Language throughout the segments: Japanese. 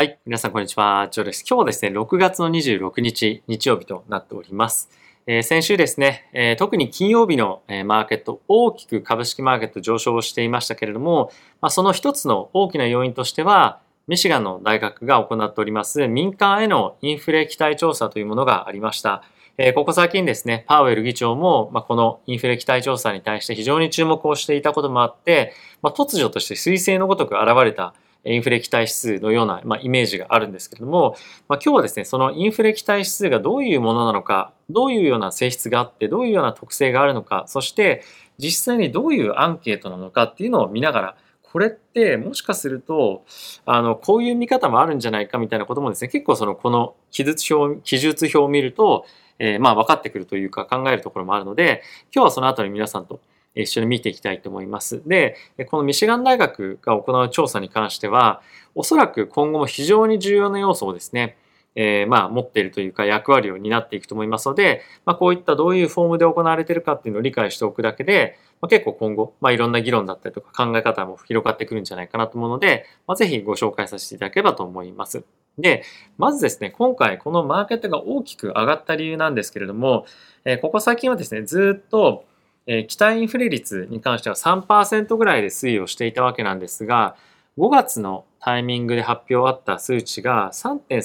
はい。皆さん、こんにちは。ジョーです。今日はですね、6月の26日、日曜日となっております。先週ですね、特に金曜日の、マーケット、大きく株式マーケット上昇していましたけれども、その一つの大きな要因としては、ミシガンの大学が行っております民間へのインフレ期待調査というものがありました。ここ最近ですね、パウエル議長も、このインフレ期待調査に対して非常に注目をしていたこともあって、突如として彗星のごとく現れたインフレ期待指数のような、イメージがあるんですけれども、今日はですね、そのインフレ期待指数がどういうものなのか、どういうような性質があって、どういうような特性があるのか、そして実際にどういうアンケートなのかっていうのを見ながら、これってもしかするとこういう見方もあるんじゃないかみたいなこともですね、結構この記述表を見ると、分かってくるというか考えるところもあるので、今日はそのあたり皆さんと一緒に見ていきたいと思います。で、このミシガン大学が行う調査に関しては、おそらく今後も非常に重要な要素をですね、持っているというか役割を担っていくと思いますので、こういったどういうフォームで行われているかっていうのを理解しておくだけで、結構今後、いろんな議論だったりとか考え方も広がってくるんじゃないかなと思うので、ぜひご紹介させていただければと思います。で、まずですね、今回このマーケットが大きく上がった理由なんですけれども、ここ最近はですね、ずっと期待インフレ率に関しては 3% ぐらいで推移をしていたわけなんですが、5月のタイミングで発表あった数値が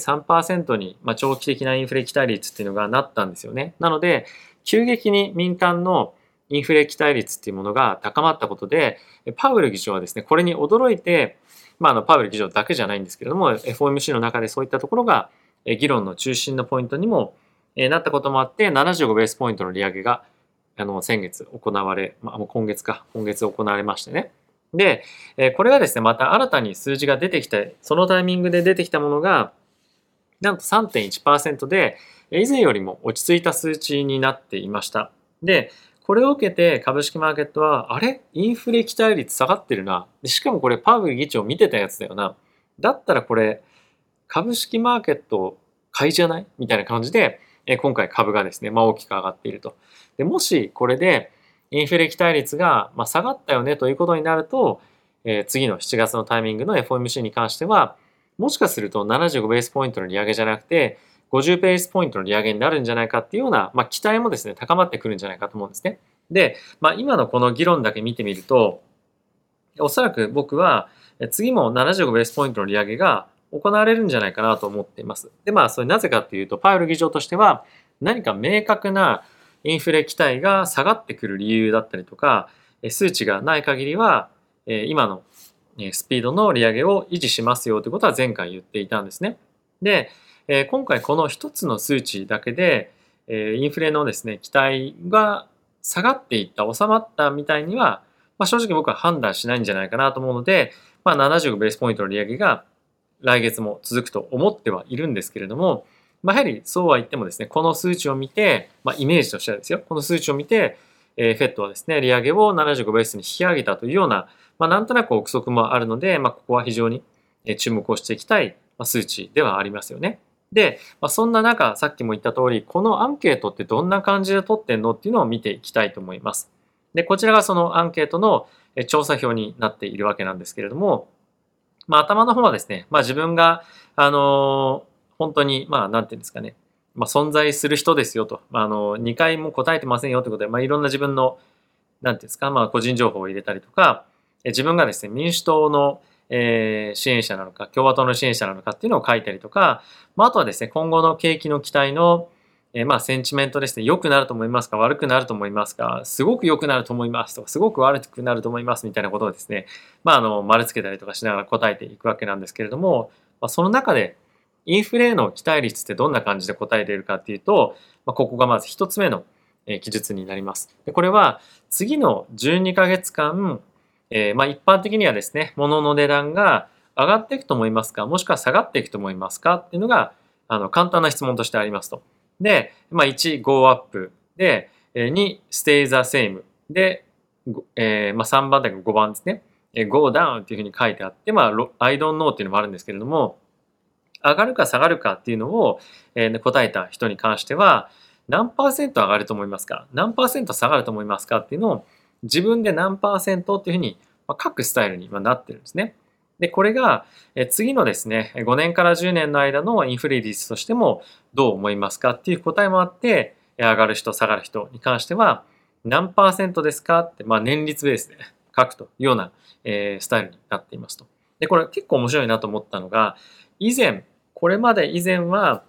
3.3% に、長期的なインフレ期待率っていうのがなったんですよね。なので、急激に民間のインフレ期待率っていうものが高まったことで、パウエル議長はですね、これに驚いて、パウエル議長だけじゃないんですけれども、FOMC の中でそういったところが議論の中心のポイントにもなったこともあって、75ベースポイントの利上げが先月行われ、今月行われましてね。で、これがですね、また新たに数字が出てきて、そのタイミングで出てきたものが、なんと 3.1% で、以前よりも落ち着いた数値になっていました。で、これを受けて株式マーケットは、あれインフレ期待率下がってるな。しかもこれパウエル議長見てたやつだよな。だったらこれ、株式マーケット買いじゃないみたいな感じで、今回株がですね、大きく上がっていると。でもしこれでインフレ期待率が下がったよねということになると、次の7月のタイミングの FOMC に関しては、もしかすると75ベースポイントの利上げじゃなくて、50ベースポイントの利上げになるんじゃないかっていうような、期待もですね、高まってくるんじゃないかと思うんですね。で、今のこの議論だけ見てみると、おそらく僕は次も75ベースポイントの利上げが行われるんじゃないかなと思っています。で、それなぜかっていうと、パウエル議長としては何か明確なインフレ期待が下がってくる理由だったりとか、数値がない限りは、今のスピードの利上げを維持しますよということは前回言っていたんですね。で、今回この一つの数値だけで、インフレのですね、期待が下がっていった、収まったみたいには、正直僕は判断しないんじゃないかなと思うので、75ベースポイントの利上げが来月も続くと思ってはいるんですけれども、やはりそうは言ってもですね、この数値を見て、イメージとしてはですよ、この数値を見て、FED はですね、利上げを75ベースに引き上げたというような、なんとなく憶測もあるので、ここは非常に注目をしていきたい数値ではありますよね。で、そんな中、さっきも言った通り、このアンケートってどんな感じで取ってんのっていうのを見ていきたいと思います。で、こちらがそのアンケートの調査表になっているわけなんですけれども、頭の方はですね、自分が、本当に、なんていうんですかね、存在する人ですよと、2回も答えてませんよということで、いろんな自分の、なんていうんですか、個人情報を入れたりとか、自分がですね、民主党の、支援者なのか、共和党の支援者なのかっていうのを書いたりとか、あとはですね、今後の景気の期待の、センチメントですね、良くなると思いますか、悪くなると思いますか、すごく良くなると思いますとか、すごく悪くなると思いますみたいなことをですね、丸つけたりとかしながら答えていくわけなんですけれども、その中で、インフレの期待率ってどんな感じで答えているかっていうと、ここがまず一つ目の記述になります。でこれは次の12ヶ月間、一般的にはですね、物の値段が上がっていくと思いますか、もしくは下がっていくと思いますかっていうのが簡単な質問としてありますと。で、1、go up で、2、stay the same で、3番だけ5番ですね。go down っていうふうに書いてあって、I don't know っていうのもあるんですけれども、上がるか下がるかっていうのを答えた人に関しては、何パーセント上がると思いますか、何パーセント下がると思いますかっていうのを自分で何パーセントっていうふうに書くスタイルになってるんですね。 で、これが次のですね、5年から10年の間のインフレ率としてもどう思いますかっていう答えもあって、上がる人、下がる人に関しては、何パーセントですかって、年率ベースで書くというような、スタイルになっていますと。で、これ結構面白いなと思ったのが、これまで以前は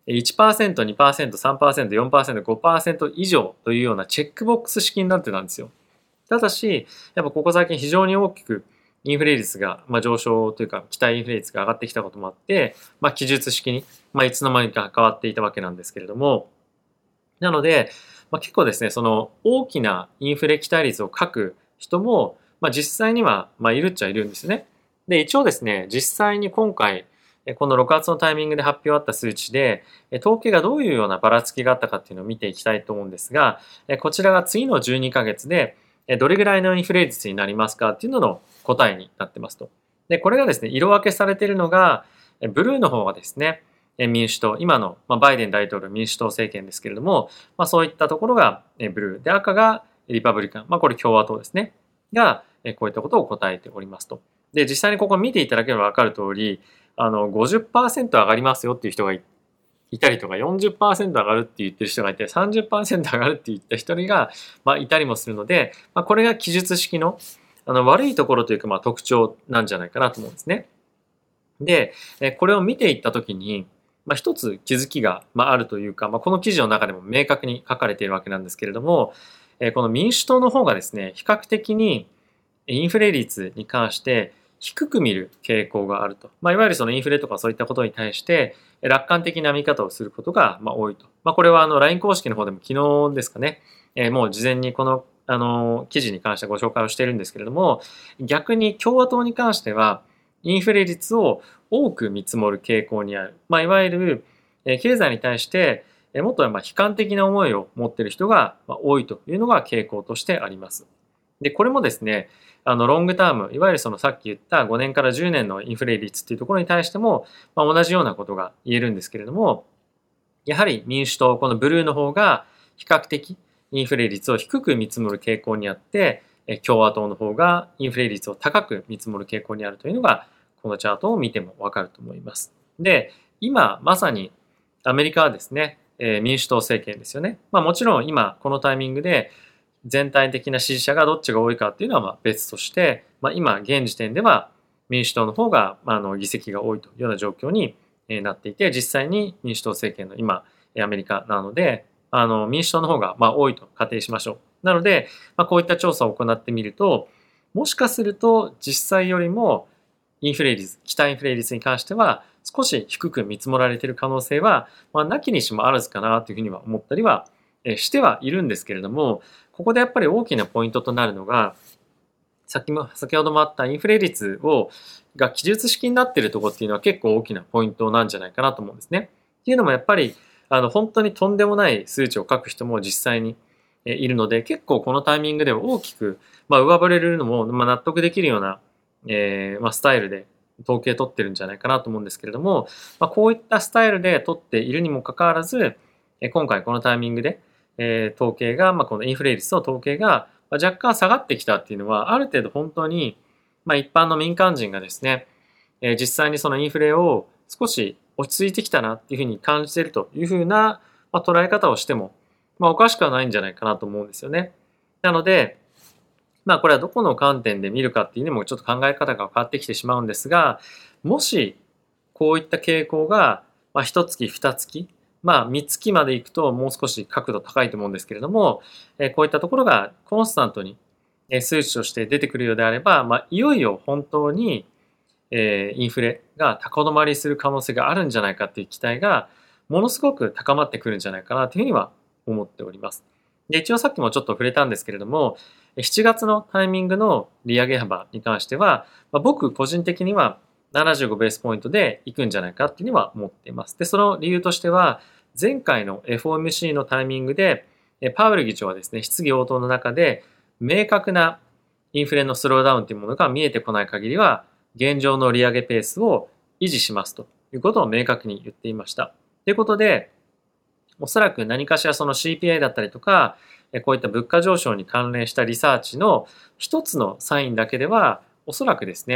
1%、2%、3%、4%、5%以上というようなチェックボックス式になってたんですよ。ただし、やっぱここ最近非常に大きくインフレ率が、上昇というか、期待インフレ率が上がってきたこともあって、記述式に、いつの間にか変わっていたわけなんですけれども、なので、結構ですね、その大きなインフレ期待率を書く人も、実際には、いるっちゃいるんですね。で、一応ですね、実際に今回、この6月のタイミングで発表あった数値で、統計がどういうようなばらつきがあったかっていうのを見ていきたいと思うんですが、こちらが次の12ヶ月で、どれぐらいのインフレ率になりますかっていうのの答えになってますと。で、これがですね、色分けされているのが、ブルーの方はですね、民主党、今のバイデン大統領民主党政権ですけれども、そういったところがブルーで、赤がリパブリカン、これ共和党ですね、がこういったことを答えておりますと。で、実際にここ見ていただければ分かる通り、50% 上がりますよっていう人がいたりとか、40% 上がるって言ってる人がいて、30% 上がるって言った人が、いたりもするので、これが記述式の悪いところというか、特徴なんじゃないかなと思うんですね。で、これを見ていったときに、一つ気づきがあるというか、この記事の中でも明確に書かれているわけなんですけれども、この民主党の方がですね、比較的にインフレ率に関して低く見る傾向があると。いわゆるそのインフレとかそういったことに対して楽観的な見方をすることが多いと。これはLINE 公式の方でも昨日ですかね、もう事前にこの記事に関してご紹介をしているんですけれども、逆に共和党に関してはインフレ率を多く見積もる傾向にある。いわゆる経済に対してもっと悲観的な思いを持っている人が多いというのが傾向としてあります。で、これもですね、ロングターム、いわゆるそのさっき言った5年から10年のインフレ率っていうところに対しても、同じようなことが言えるんですけれども、やはり民主党、このブルーの方が比較的インフレ率を低く見積もる傾向にあって、共和党の方がインフレ率を高く見積もる傾向にあるというのが、このチャートを見てもわかると思います。で、今まさにアメリカはですね、民主党政権ですよね。もちろん今このタイミングで全体的な支持者がどっちが多いかっていうのは別として、今現時点では民主党の方が議席が多いというような状況になっていて、実際に民主党政権の今アメリカなので、民主党の方が多いと仮定しましょう。なので、こういった調査を行ってみると、もしかすると実際よりもインフレ率、期待インフレ率に関しては少し低く見積もられている可能性は、なきにしもあらずかなというふうには思ったりはしてはいるんですけれども、ここでやっぱり大きなポイントとなるのが、先ほどもあったインフレ率が記述式になっているところっていうのは結構大きなポイントなんじゃないかなと思うんですね。っていうのもやっぱり本当にとんでもない数値を書く人も実際にいるので、結構このタイミングでは大きく上振れるのも納得できるようなスタイルで統計取ってるんじゃないかなと思うんですけれども、こういったスタイルで取っているにもかかわらず、今回このタイミングで統計が、このインフレ率の統計が若干下がってきたっていうのは、ある程度本当に、一般の民間人がですね、実際にそのインフレを少し落ち着いてきたなっていうふうに感じているというふうな、捉え方をしても、おかしくはないんじゃないかなと思うんですよね。なので、これはどこの観点で見るかっていうのもちょっと考え方が変わってきてしまうんですが、もしこういった傾向が、1月、2月、3月までいくともう少し角度高いと思うんですけれども、こういったところがコンスタントに数値として出てくるようであれば、いよいよ本当にインフレが高止まりする可能性があるんじゃないかっていう期待がものすごく高まってくるんじゃないかなというふうには思っております。で、一応さっきもちょっと触れたんですけれども、7月のタイミングの利上げ幅に関しては、僕個人的には75ベースポイントでいくんじゃないかっていうには思っています。で、その理由としては、前回の FOMC のタイミングで、パウエル議長はですね、質疑応答の中で、明確なインフレのスローダウンというものが見えてこない限りは、現状の利上げペースを維持しますということを明確に言っていました。ということで、おそらく何かしらその CPI だったりとか、こういった物価上昇に関連したリサーチの一つのサインだけでは、おそらくですね、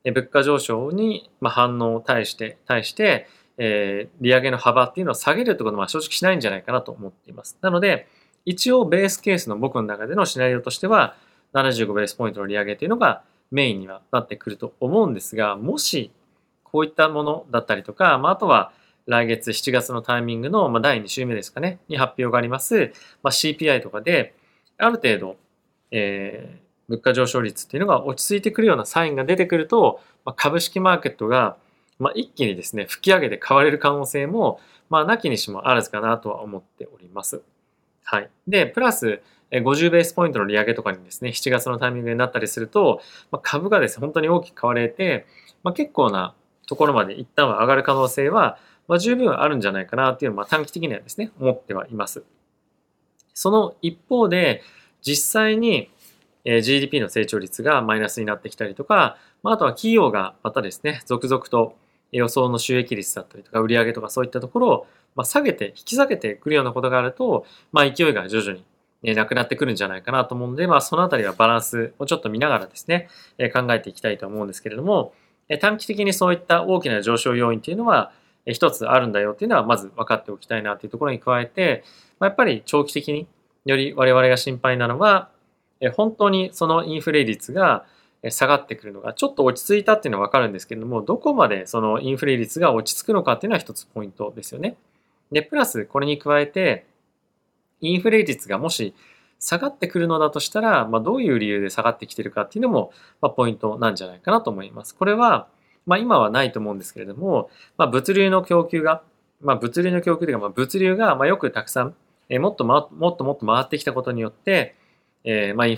物価上昇に反応を対して、利上げの幅っていうのを下げるってことは正直しないんじゃないかなと思っています。なので、一応ベースケースの僕の中でのシナリオとしては、75ベースポイントの利上げというのがメインにはなってくると思うんですが、もしこういったものだったりとか、あとは来月7月のタイミングの第2週目ですかね、に発表があります、CPI とかで、ある程度、物価上昇率っていうのが落ち着いてくるようなサインが出てくると、株式マーケットが一気にですね、吹き上げて買われる可能性も、なきにしもあらずかなとは思っております。はい。で、プラス、50ベースポイントの利上げとかにですね、7月のタイミングになったりすると、株がですね、本当に大きく買われて、結構なところまで一旦は上がる可能性は、十分あるんじゃないかなっていうのは、短期的にはですね、思ってはいます。その一方で、実際に GDP の成長率がマイナスになってきたりとか、あとは企業がまたですね、続々と予想の収益率だったりとか、売上とかそういったところを引き下げてくるようなことがあると、勢いが徐々になくなってくるんじゃないかなと思うので、そのあたりはバランスをちょっと見ながらですね、考えていきたいと思うんですけれども、短期的にそういった大きな上昇要因というのは、一つあるんだよっていうのはまず分かっておきたいなというところに加えて、やっぱり長期的により我々が心配なのは、本当にそのインフレ率が下がってくるのがちょっと落ち着いたっていうのは分かるんですけれども、どこまでそのインフレ率が落ち着くのかっていうのは一つポイントですよね。で、プラスこれに加えて、インフレ率がもし下がってくるのだとしたら、どういう理由で下がってきてるかっていうのも、ポイントなんじゃないかなと思います。これは、今はないと思うんですけれども、物流の供給が、物流の供給というか、物流がよくたくさん、もっと回ってきたことによって、イン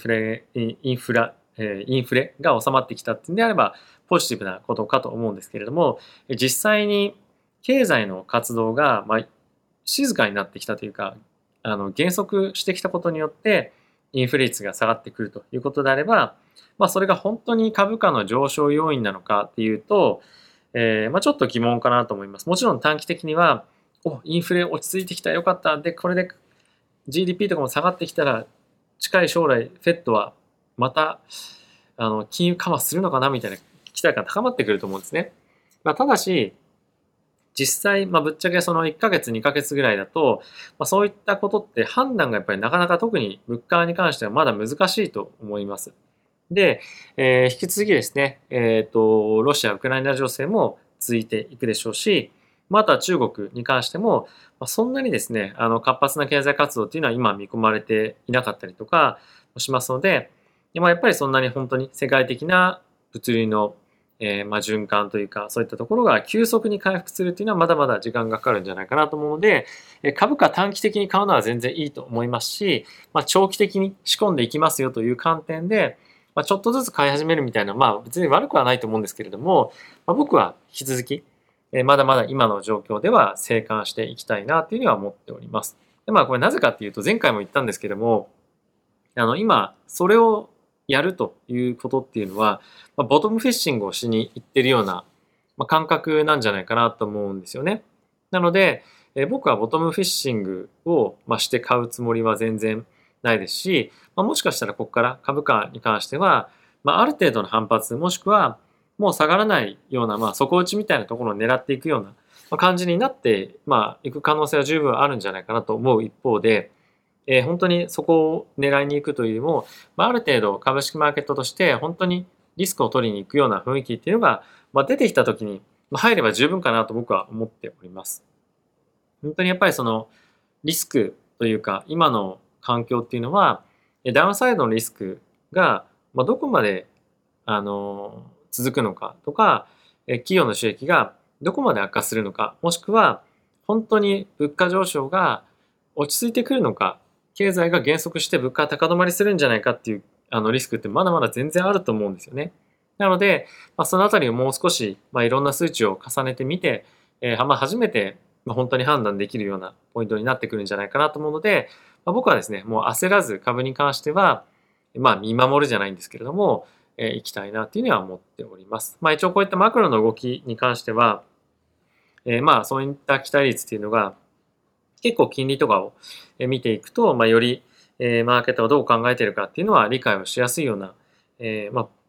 フレが収まってきたっていうんであれば、ポジティブなことかと思うんですけれども、実際に経済の活動が、静かになってきたというか、減速してきたことによって、インフレ率が下がってくるということであれば、それが本当に株価の上昇要因なのかっていうと、ちょっと疑問かなと思います。もちろん短期的には、インフレ落ち着いてきた、よかった。で、これで GDP とかも下がってきたら、近い将来、フェットはまた、金融緩和するのかなみたいな期待感高まってくると思うんですね。ただし、実際、ぶっちゃけその1ヶ月、2ヶ月ぐらいだと、そういったことって判断がやっぱりなかなか特に物価に関してはまだ難しいと思います。で、引き続きですね、ロシア・ウクライナ情勢も続いていくでしょうし、あとは中国に関しても、そんなにですね、活発な経済活動っていうのは今見込まれていなかったりとかしますので、やっぱりそんなに本当に世界的な物流の循環というか、そういったところが急速に回復するっていうのはまだまだ時間がかかるんじゃないかなと思うので、株価短期的に買うのは全然いいと思いますし、長期的に仕込んでいきますよという観点で、ちょっとずつ買い始めるみたいな、別に悪くはないと思うんですけれども、僕は引き続き、まだまだ今の状況では静観していきたいなというふうには思っております。で、これなぜかっていうと、前回も言ったんですけども、今、それをやるということっていうのは、ボトムフィッシングをしに行ってるような、感覚なんじゃないかなと思うんですよね。なので、僕はボトムフィッシングを、して買うつもりは全然ないですし、もしかしたらここから株価に関しては、ある程度の反発、もしくはもう下がらないような、底打ちみたいなところを狙っていくような感じになって、いく可能性は十分あるんじゃないかなと思う一方で、本当にそこを狙いに行くというよりも、ある程度株式マーケットとして本当にリスクを取りに行くような雰囲気っていうのが、出てきた時に入れば十分かなと僕は思っております。本当にやっぱりそのリスクというか、今の環境っていうのは、ダウンサイドのリスクが、どこまで、続くのかとか、企業の収益がどこまで悪化するのか、もしくは本当に物価上昇が落ち着いてくるのか、経済が減速して物価が高止まりするんじゃないかっていうリスクってまだまだ全然あると思うんですよね。なので、そのあたりをもう少し、いろんな数値を重ねてみて、初めて、本当に判断できるようなポイントになってくるんじゃないかなと思うので、僕はですね、もう焦らず株に関しては、見守るじゃないんですけれども、いきたいなっていうには思っております。一応こういったマクロの動きに関しては、そういった期待率っていうのが、結構金利とかを見ていくと、よりマーケットがどう考えているかっていうのは理解をしやすいような、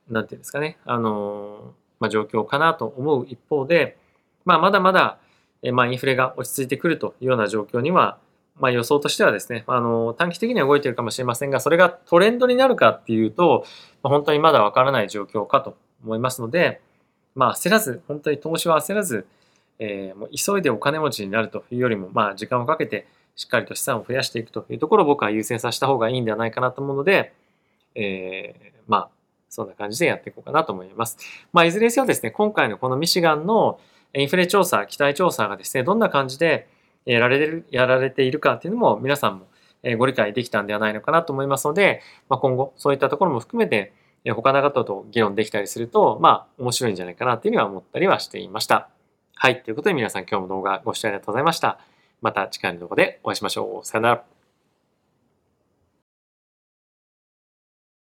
なんていうんですかね、状況かなと思う一方で、まだまだ、インフレが落ち着いてくるというような状況には、予想としてはですね、短期的には動いているかもしれませんが、それがトレンドになるかっていうと、本当にまだわからない状況かと思いますので、焦らず、本当に投資は焦らず、もう急いでお金持ちになるというよりも、時間をかけてしっかりと資産を増やしていくというところを僕は優先させた方がいいんではないかなと思うので、そんな感じでやっていこうかなと思います。いずれにせよですね、今回のこのミシガンのインフレ調査、期待調査がですね、どんな感じでやられているかっていうのも皆さんもご理解できたんではないのかなと思いますので、今後そういったところも含めて他の方と議論できたりすると、面白いんじゃないかなというふうには思ったりはしていました。はい。ということで皆さん今日も動画ご視聴ありがとうございました。また次回の動画でお会いしましょう。さよなら。